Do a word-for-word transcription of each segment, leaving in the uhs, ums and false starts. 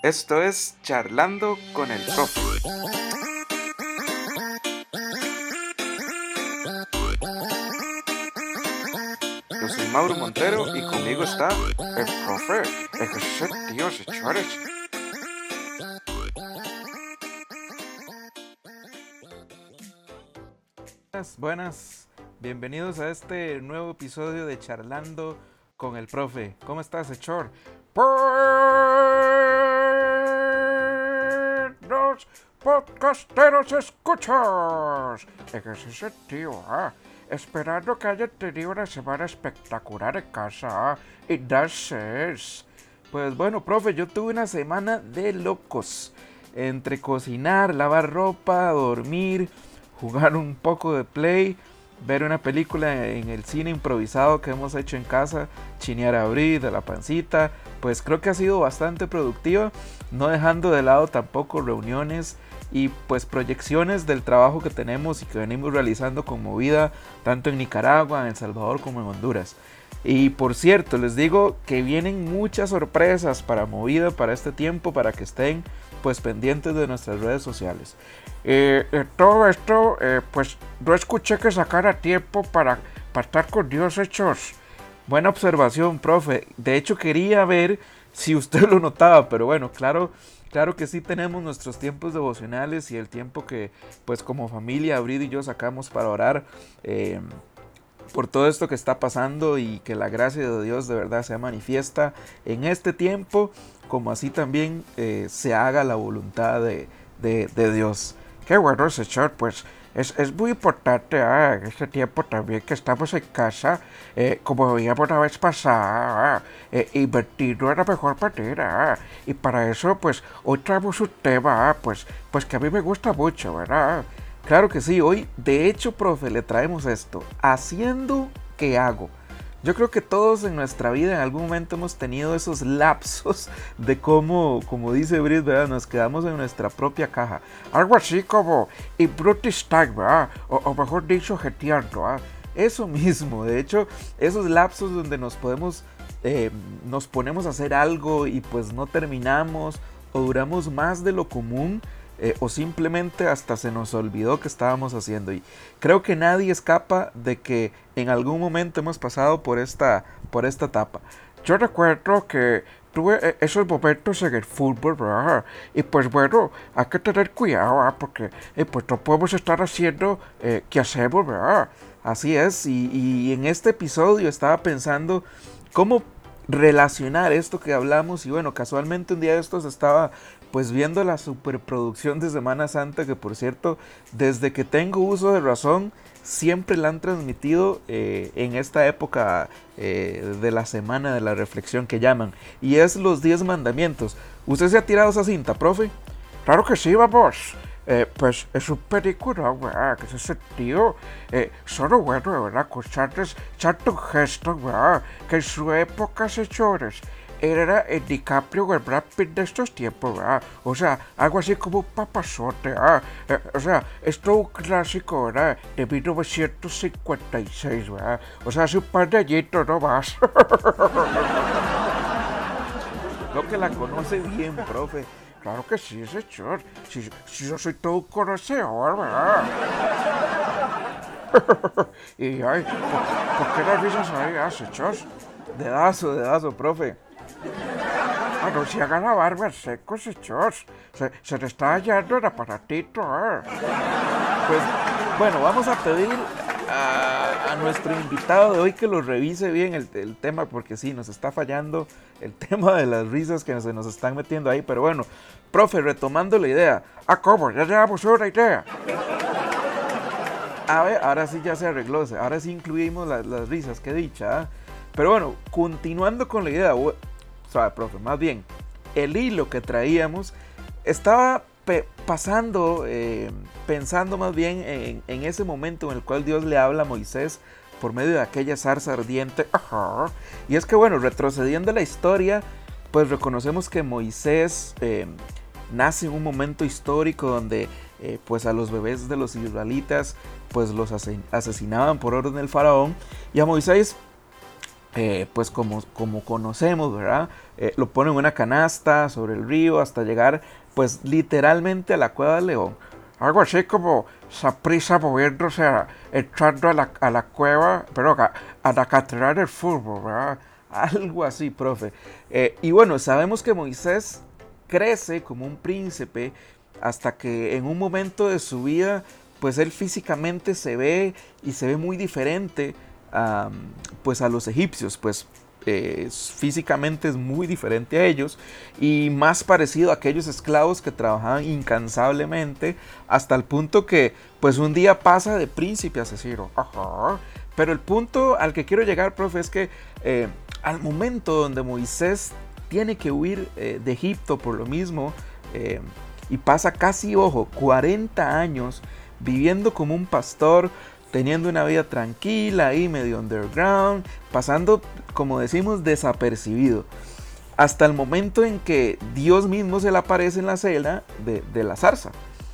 Esto es Charlando con el Profe. Yo soy Mauro Montero y conmigo está el Profe, el tío Sechores. Buenas, buenas, bienvenidos a este nuevo episodio de Charlando con el Profe. ¿Cómo estás, Sechor? Los podcasteros escuchas. ¿Qué es ese tío? Ah? Esperando que haya tenido una semana espectacular en casa. ¿Ah? Y that's Pues bueno, profe, yo tuve una semana de locos. Entre cocinar, lavar ropa, dormir, jugar un poco de Play, ver una película en el cine improvisado que hemos hecho en casa, chinear a Bri de la pancita. Pues creo que ha sido bastante productiva, no dejando de lado tampoco reuniones y pues proyecciones del trabajo que tenemos y que venimos realizando con Movida, tanto en Nicaragua, en El Salvador como en Honduras. Y por cierto, les digo que vienen muchas sorpresas para Movida para este tiempo, para que estén pues pendientes de nuestras redes sociales. Eh, eh, todo esto, eh, pues no escuché que sacara tiempo para, para estar con Dios hechos. Buena observación, profe. De hecho, quería ver si usted lo notaba, pero bueno, claro, claro que sí tenemos nuestros tiempos devocionales y el tiempo que, pues como familia, Brid y yo sacamos para orar eh, por todo esto que está pasando y que la gracia de Dios de verdad sea manifiesta en este tiempo, como así también eh, se haga la voluntad de, de, de Dios. Qué bueno, Señor, pues es, es muy importante ah, en este tiempo también que estamos en casa, eh, como veíamos la vez pasada, eh, invertirlo de la mejor manera. Ah, y para eso, pues, hoy traemos un tema, ah, pues, pues que a mí me gusta mucho, ¿verdad? Claro que sí, hoy, de hecho, profe, le traemos esto, haciendo que hago. Yo creo que todos en nuestra vida en algún momento hemos tenido esos lapsos de cómo, como dice Brit, ¿verdad? Nos quedamos en nuestra propia caja. Algo así como in Brutis time, ¿verdad? O, o mejor dicho, jeteando, ¿verdad? Eso mismo, de hecho, esos lapsos donde nos podemos, eh, nos ponemos a hacer algo y pues no terminamos o duramos más de lo común. Eh, o simplemente hasta se nos olvidó que estábamos haciendo, y creo que nadie escapa de que en algún momento hemos pasado por esta, por esta etapa. Yo recuerdo que tuve esos momentos en el fútbol, ¿verdad? Y pues bueno, hay que tener cuidado, ¿verdad? Porque eh, pues no podemos estar haciendo eh, qué hacemos, ¿verdad? Así es, y, y en este episodio estaba pensando cómo relacionar esto que hablamos, y bueno, casualmente un día de estos estaba pues viendo la superproducción de Semana Santa, que por cierto, desde que tengo uso de razón, siempre la han transmitido eh, en esta época eh, de la semana de la reflexión que llaman, y es los diez mandamientos. ¿Usted se ha tirado esa cinta, profe? Claro que sí, vamos. Eh, pues es un película, ¿verdad? Que ese tío, eh, solo bueno, de verdad, escucharles tanto gesto, ¿verdad? Que en su época, señores, era el DiCaprio o el Brad Pitt de estos tiempos, ¿verdad? O sea, algo así como un papazote, ¿verdad? Eh, o sea, esto es un clásico, ¿verdad? De mil novecientos cincuenta y seis, ¿verdad? O sea, hace un par de añitos, no más. Lo que la conoce bien, profe. Claro que sí, señor. Si, si yo soy todo un conocedor, ¿verdad? Y ay, ¿por, ¿por qué las risas ahí, ah, señor? Dedazo, dedazo, profe. Ah, no se haga la barba seco, señor. Se, se le está hallando el aparatito, ¿eh? Pues, bueno, vamos a pedir a, a nuestro invitado de hoy que lo revise bien el, el tema, porque sí, nos está fallando el tema de las risas que se nos están metiendo ahí. Pero bueno, profe, retomando la idea. Ah, ¿cómo? Ya llevamos una idea. A ver, ahora sí ya se arregló, ahora sí incluimos la, las risas, qué dicha, ¿eh? Pero bueno, continuando con la idea, o sea, profe, más bien, el hilo que traíamos estaba pe- pasando, eh, pensando más bien en, en ese momento en el cual Dios le habla a Moisés por medio de aquella zarza ardiente. Ajá. Y es que bueno, retrocediendo la historia, pues reconocemos que Moisés eh, nace en un momento histórico donde eh, pues a los bebés de los israelitas pues los asesinaban por orden del faraón, y a Moisés eh, pues como, como conocemos, ¿verdad? Eh, lo pone en una canasta sobre el río hasta llegar pues literalmente a la cueva del león. Algo así como Saprissa moviéndose, a, entrando a la, a la cueva, pero a, a la catedral del fútbol, ¿verdad? Algo así, profe. Eh, y bueno, sabemos que Moisés crece como un príncipe hasta que en un momento de su vida, pues él físicamente se ve y se ve muy diferente a, pues a los egipcios, pues eh, físicamente es muy diferente a ellos y más parecido a aquellos esclavos que trabajaban incansablemente hasta el punto que pues un día pasa de príncipe a asesino. Ajá. Pero el punto al que quiero llegar, profe, es que eh, al momento donde Moisés tiene que huir eh, de Egipto por lo mismo, eh, y pasa casi, ojo, cuarenta años viviendo como un pastor, teniendo una vida tranquila ahí, medio underground, pasando, como decimos, desapercibido. Hasta el momento en que Dios mismo se le aparece en la celda de, de la zarza.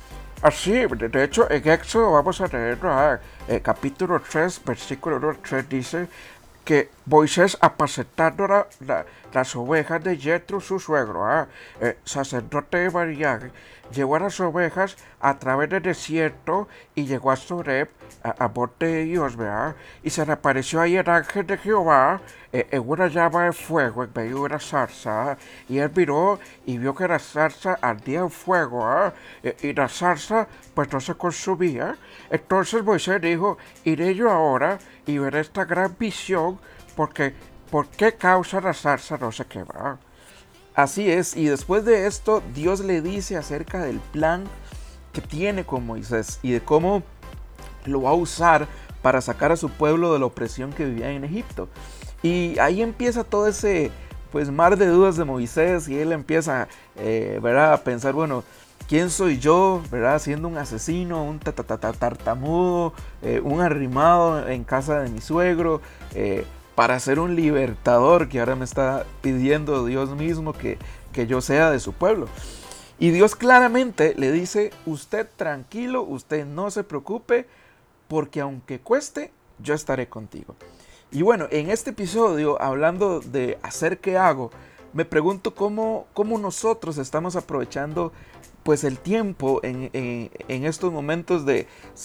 Así, de, de hecho, en Éxodo vamos a leer ¿verdad? Eh, capítulo tres, versículo uno al tres, dice que Moisés apacentando la, la, las ovejas de Yetro, su suegro, ¿ah? eh, sacerdote de Madián, llevó a las ovejas a través del desierto y llegó a Soreb, a, a monte de Dios, ¿verdad? Y se le apareció ahí el ángel de Jehová eh, en una llama de fuego en medio de una zarza, ¿ah? Y él miró y vio que la zarza ardía en fuego, ¿ah? eh, y la zarza pues no se consumía. Entonces Moisés dijo, iré yo ahora y veré esta gran visión, porque ¿por qué causa la zarza no se quema? Así es, y después de esto Dios le dice acerca del plan que tiene con Moisés y de cómo lo va a usar para sacar a su pueblo de la opresión que vivía en Egipto. Y ahí empieza todo ese pues mar de dudas de Moisés y él empieza eh, ¿verdad? a pensar, bueno, ¿quién soy yo? ¿Verdad? Siendo un asesino, un tartamudo, eh, un arrimado en casa de mi suegro, eh, para ser un libertador que ahora me está pidiendo Dios mismo que, que yo sea de su pueblo. Y Dios claramente le dice, usted tranquilo, usted no se preocupe, porque aunque cueste, yo estaré contigo. Y bueno, en este episodio, hablando de hacer qué hago, me pregunto cómo, cómo nosotros estamos aprovechando pues el tiempo en, en, en estos momentos de,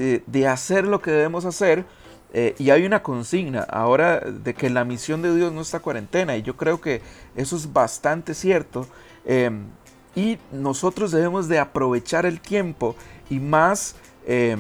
de hacer lo que debemos hacer. Eh, y hay una consigna ahora de que la misión de Dios no está cuarentena, y yo creo que eso es bastante cierto. Eh, y nosotros debemos de aprovechar el tiempo y más eh,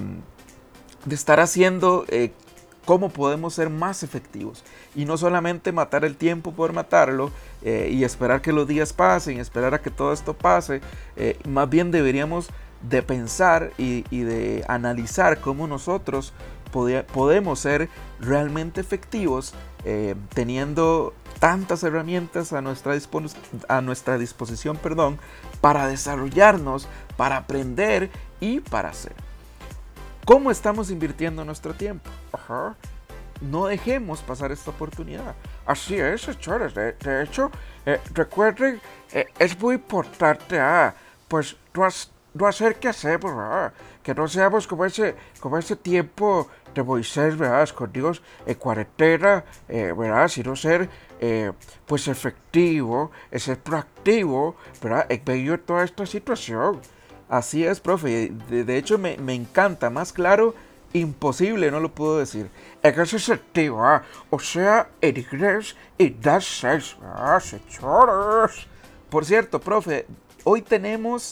de estar haciendo eh, cómo podemos ser más efectivos. Y no solamente matar el tiempo por matarlo eh, y esperar que los días pasen, esperar a que todo esto pase. Eh, más bien deberíamos de pensar y, y de analizar cómo nosotros podemos ser realmente efectivos eh, teniendo tantas herramientas a nuestra, dispo- a nuestra disposición perdón, para desarrollarnos, para aprender y para hacer. ¿Cómo estamos invirtiendo nuestro tiempo? Ajá. No dejemos pasar esta oportunidad. Así es, señores. De, de hecho, eh, recuerden, eh, es muy importante, ah, pues, no, has, no hacer que hacemos, ¿verdad? Que no seamos como ese, como ese tiempo de Moisés, ¿verdad? Escondidos en cuarentena, eh, ¿verdad? Sino ser, eh, pues, efectivo, ser proactivo, ¿verdad? En medio de toda esta situación. Así es, profe. De, de hecho, me, me encanta. Más claro, imposible, no lo puedo decir. En ese sentido, ¿ah? O sea, en inglés, it does sense, ¿verdad, señores? Por cierto, profe, hoy tenemos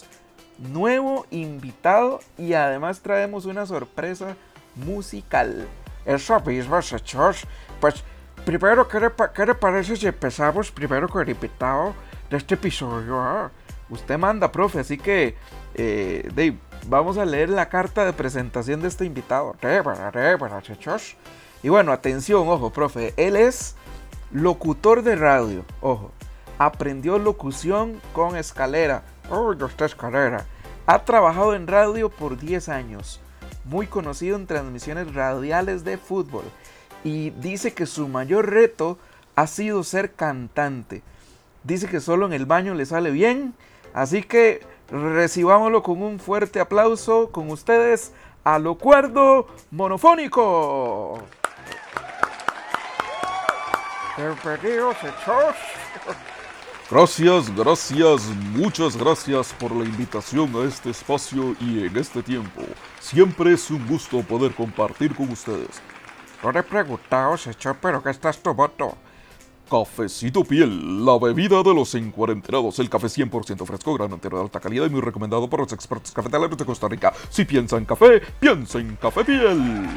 nuevo invitado y además traemos una sorpresa musical. Eso mismo, señores. Pues, primero, ¿qué le, ¿qué le parece si empezamos primero con el invitado de este episodio, ah? Usted manda, profe, así que eh, Dave, vamos a leer la carta de presentación de este invitado. Débora, Débora, chicos. Y bueno, atención, ojo, profe, él es locutor de radio, ojo, aprendió locución con Escalera. Uy, no está Escalera. Ha trabajado en radio por diez años, muy conocido en transmisiones radiales de fútbol, y dice que su mayor reto ha sido ser cantante. Dice que solo en el baño le sale bien. Así que recibámoslo con un fuerte aplauso con ustedes a Locuerdo Monofónico. Bienvenidos, hechos. Gracias, gracias, muchas gracias por la invitación a este espacio y en este tiempo. Siempre es un gusto poder compartir con ustedes. No le he preguntado, hechos, pero ¿qué estás tomando? Cafecito Piel, la bebida de los encuarentenados. El café cien por ciento fresco, grano entero de alta calidad y muy recomendado por los expertos cafetaleros de Costa Rica. Si piensa en café, piensa en Café Piel.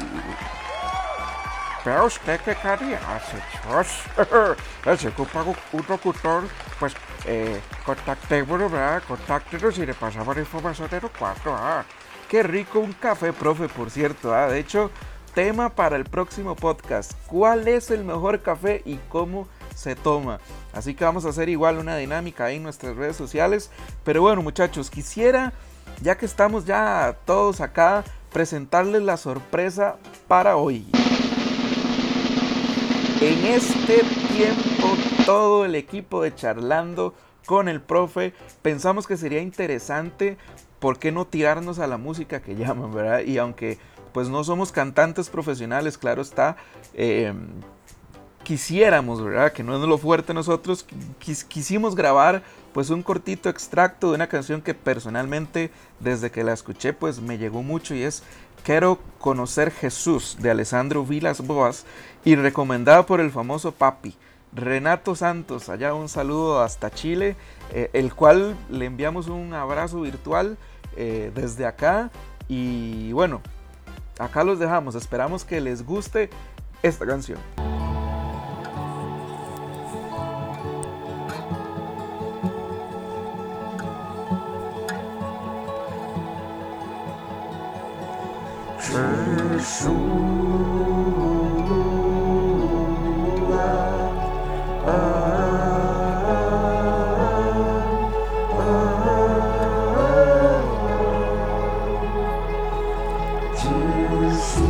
Vea usted qué caridad, hechos. Si ocupa un locutor, pues eh, contactémonos, ¿verdad? Contáctenos y le pasamos la información de los cuatro. Ah. Qué rico un café, profe, por cierto. ¿ah? De hecho, tema para el próximo podcast. ¿Cuál es el mejor café y cómo se toma? Así que vamos a hacer igual una dinámica ahí en nuestras redes sociales. Pero bueno, muchachos, quisiera, ya que estamos ya todos acá, presentarles la sorpresa para hoy. En este tiempo, todo el equipo de Charlando con el profe pensamos que sería interesante, ¿por qué no tirarnos a la música que llaman, verdad? Y aunque pues no somos cantantes profesionales, claro está, eh, quisiéramos, ¿verdad? Que no es lo fuerte nosotros, quis, quisimos grabar pues un cortito extracto de una canción que personalmente desde que la escuché pues me llegó mucho y es Quiero conocer Jesús de Alessandro Vilas Boas y recomendada por el famoso papi Renato Santos, allá un saludo hasta Chile, eh, el cual le enviamos un abrazo virtual eh, desde acá y bueno, acá los dejamos, esperamos que les guste esta canción. Jesús, ah, ah, ah, Jesús,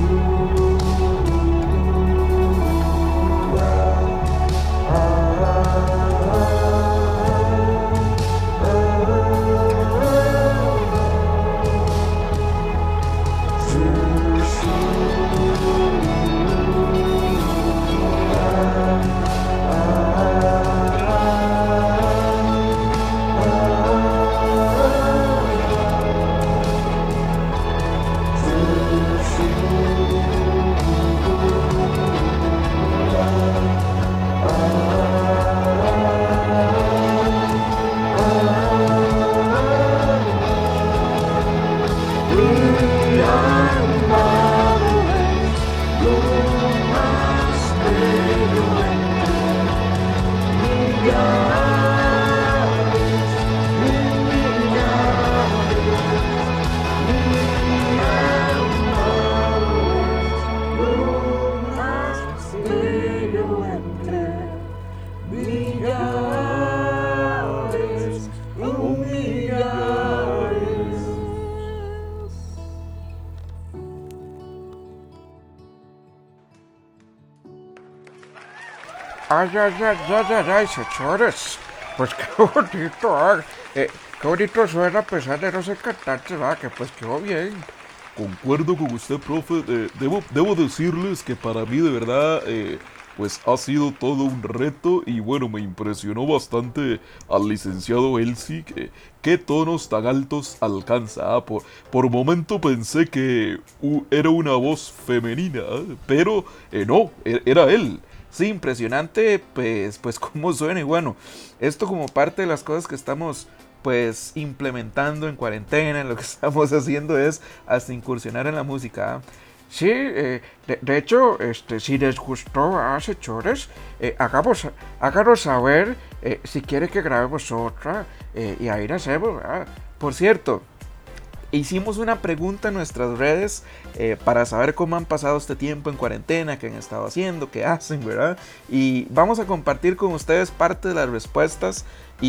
Ay, ay, ay, ay, ay, ay, señores. Pues qué bonito, ¿ah? eh, qué bonito suena a pesar de no ser cantante, ¿verdad? Que pues quedó bien. Concuerdo con usted, profe. Eh, debo, debo decirles que para mí de verdad eh, pues ha sido todo un reto y bueno, me impresionó bastante al licenciado Elsie. Que, ¿Qué tonos tan altos alcanza? Ah, por, por momento pensé que uh, era una voz femenina, ¿eh? pero eh, no, e- era él. Sí, impresionante, pues, pues cómo suena y bueno, esto como parte de las cosas que estamos pues implementando en cuarentena, lo que estamos haciendo es hasta incursionar en la música. ¿eh? Sí, eh, de, de hecho, este, si les gustó a señores, eh, hagamos, háganos saber eh, si quiere que grabemos otra eh, y ahí la hacemos, ¿verdad? Por cierto, hicimos una pregunta en nuestras redes eh, para saber cómo han pasado este tiempo en cuarentena, qué han estado haciendo, qué hacen, ¿verdad? Y vamos a compartir con ustedes parte de las respuestas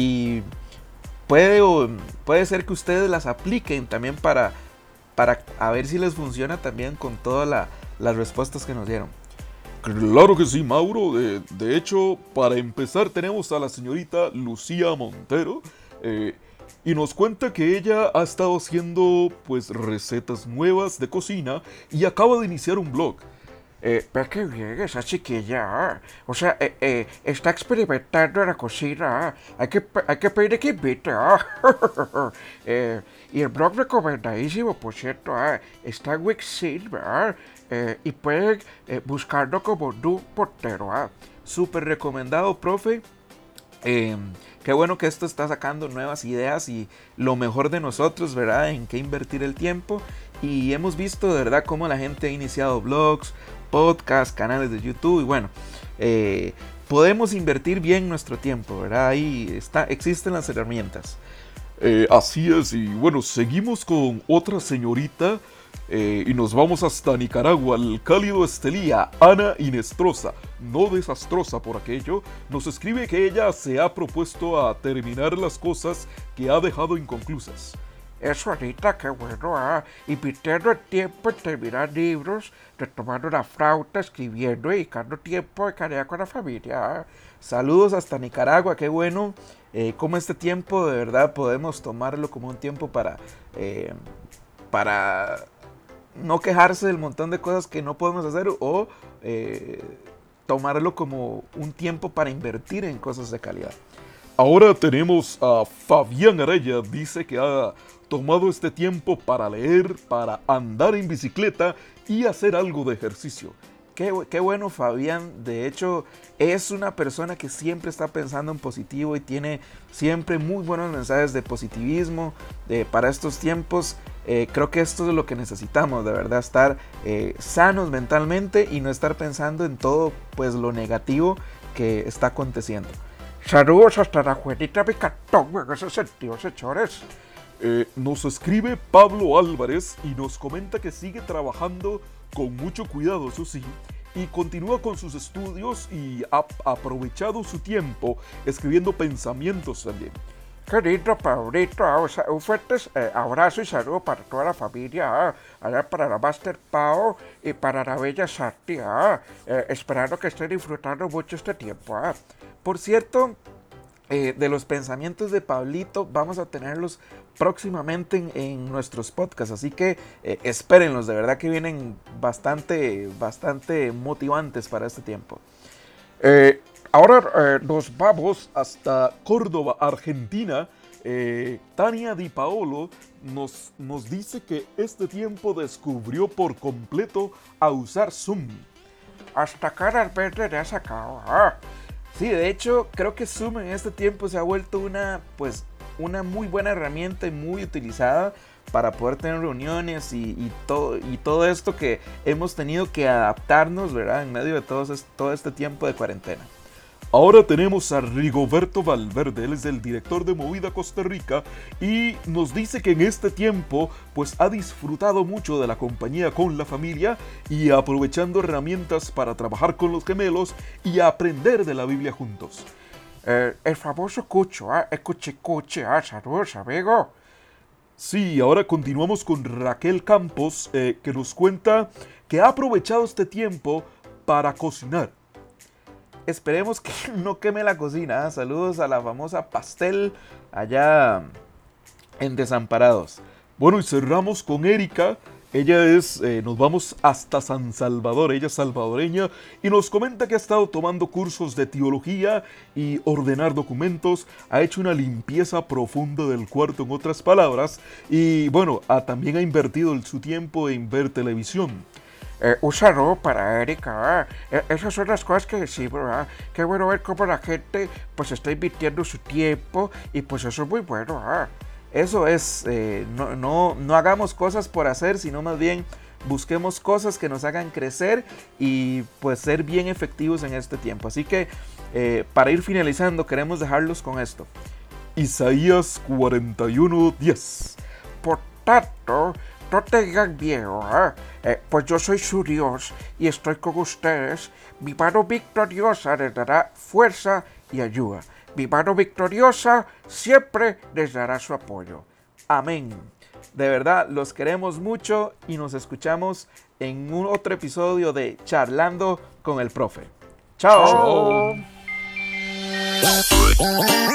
y puede, o, puede ser que ustedes las apliquen también para, para a ver si les funciona también con todas la, las respuestas que nos dieron. Claro que sí, Mauro. De, de hecho, para empezar tenemos a la señorita Lucía Montero. Eh, Y nos cuenta que ella ha estado haciendo pues recetas nuevas de cocina y acaba de iniciar un blog. Eh, ve que bien esa chiquilla. ah. O sea, eh, eh, está experimentando en la cocina. ah. Hay que, pe- hay que pedirle que invite. ah. Eh, y el blog recomendadísimo, por cierto, ah, está en Wixin, ¿verdad? Eh, y pueden eh, buscarlo como Du Portero. ah. Súper recomendado, profe. Eh, qué bueno que esto está sacando nuevas ideas y lo mejor de nosotros, ¿verdad? En qué invertir el tiempo. Y hemos visto, de verdad, cómo la gente ha iniciado blogs, podcasts, canales de YouTube. Y bueno, eh, podemos invertir bien nuestro tiempo, ¿verdad? Ahí está, existen las herramientas. Eh, así es, y bueno, seguimos con otra señorita eh, y nos vamos hasta Nicaragua, al cálido Estelía, Ana Inestrosa, no desastrosa por aquello, nos escribe que ella se ha propuesto a terminar las cosas que ha dejado inconclusas. Eso, Anita, qué bueno, ah. Invirtiendo el tiempo en terminar libros, retomando la flauta, escribiendo y dedicando tiempo de calidad con la familia. ah. Saludos hasta Nicaragua, qué bueno. Eh, como este tiempo de verdad podemos tomarlo como un tiempo para, eh, para no quejarse del montón de cosas que no podemos hacer o eh, tomarlo como un tiempo para invertir en cosas de calidad. Ahora tenemos a Fabián Araya, dice que ha tomado este tiempo para leer, para andar en bicicleta y hacer algo de ejercicio. Qué, qué bueno, Fabián. De hecho, es una persona que siempre está pensando en positivo y tiene siempre muy buenos mensajes de positivismo eh, para estos tiempos. Eh, creo que esto es lo que necesitamos, de verdad, estar eh, sanos mentalmente y no estar pensando en todo pues, lo negativo que está aconteciendo. Saludos hasta la Juanita Picatón en ese sentido, señores. Eh, nos escribe Pablo Álvarez y nos comenta que sigue trabajando con mucho cuidado, eso sí, y continúa con sus estudios y ha aprovechado su tiempo escribiendo pensamientos también. Qué lindo, Pablito. ah, o sea, un fuerte eh, abrazo y saludo para toda la familia. ah, allá para la Master Pau y para la bella Santi. ah, eh, esperando que estén disfrutando mucho este tiempo. ah. Por cierto, eh, de los pensamientos de Pablito vamos a tenerlos próximamente en, en nuestros podcasts, así que eh, espérenlos, de verdad que vienen bastante, bastante motivantes para este tiempo. Eh, ahora eh, nos vamos hasta Córdoba, Argentina. Eh, Tania Di Paolo nos, nos dice que este tiempo descubrió por completo a usar Zoom. Hasta caras verdes le ha sacado. ah. Sí, de hecho, creo que Zoom en este tiempo se ha vuelto una, pues, una muy buena herramienta y muy utilizada para poder tener reuniones y, y, todo, y todo esto que hemos tenido que adaptarnos, ¿verdad? En medio de todo, todo este tiempo de cuarentena. Ahora tenemos a Rigoberto Valverde, él es el director de Movida Costa Rica y nos dice que en este tiempo pues ha disfrutado mucho de la compañía con la familia y aprovechando herramientas para trabajar con los gemelos y aprender de la Biblia juntos. Eh, el famoso cucho, ah, el cuchicuchi. ah, saludos, amigo. Sí, ahora continuamos con Raquel Campos eh, que nos cuenta que ha aprovechado este tiempo para cocinar. Esperemos que no queme la cocina. ¿eh? Saludos a la famosa Pastel allá en Desamparados. Bueno, y cerramos con Erika. Ella es, eh, nos vamos hasta San Salvador, ella es salvadoreña y nos comenta que ha estado tomando cursos de teología y ordenar documentos, ha hecho una limpieza profunda del cuarto en otras palabras y bueno, ha, también ha invertido su tiempo en ver televisión. Eh, un saludo para Erika. ah. Eh, esas son las cosas que decimos. ¿verdad? Qué bueno ver cómo la gente pues está invirtiendo su tiempo y pues eso es muy bueno. ah. Eso es, eh, no, no, no hagamos cosas por hacer, sino más bien busquemos cosas que nos hagan crecer y pues ser bien efectivos en este tiempo. Así que eh, para ir finalizando queremos dejarlos con esto. Isaías cuarenta y uno, diez. Por tanto, no tengan miedo, ¿eh? Eh, pues yo soy su Dios y estoy con ustedes. Mi mano victoriosa les dará fuerza y ayuda. Mi mano victoriosa siempre les dará su apoyo. Amén. De verdad, los queremos mucho y nos escuchamos en un otro episodio de Charlando con el Profe. ¡Chao! Chao.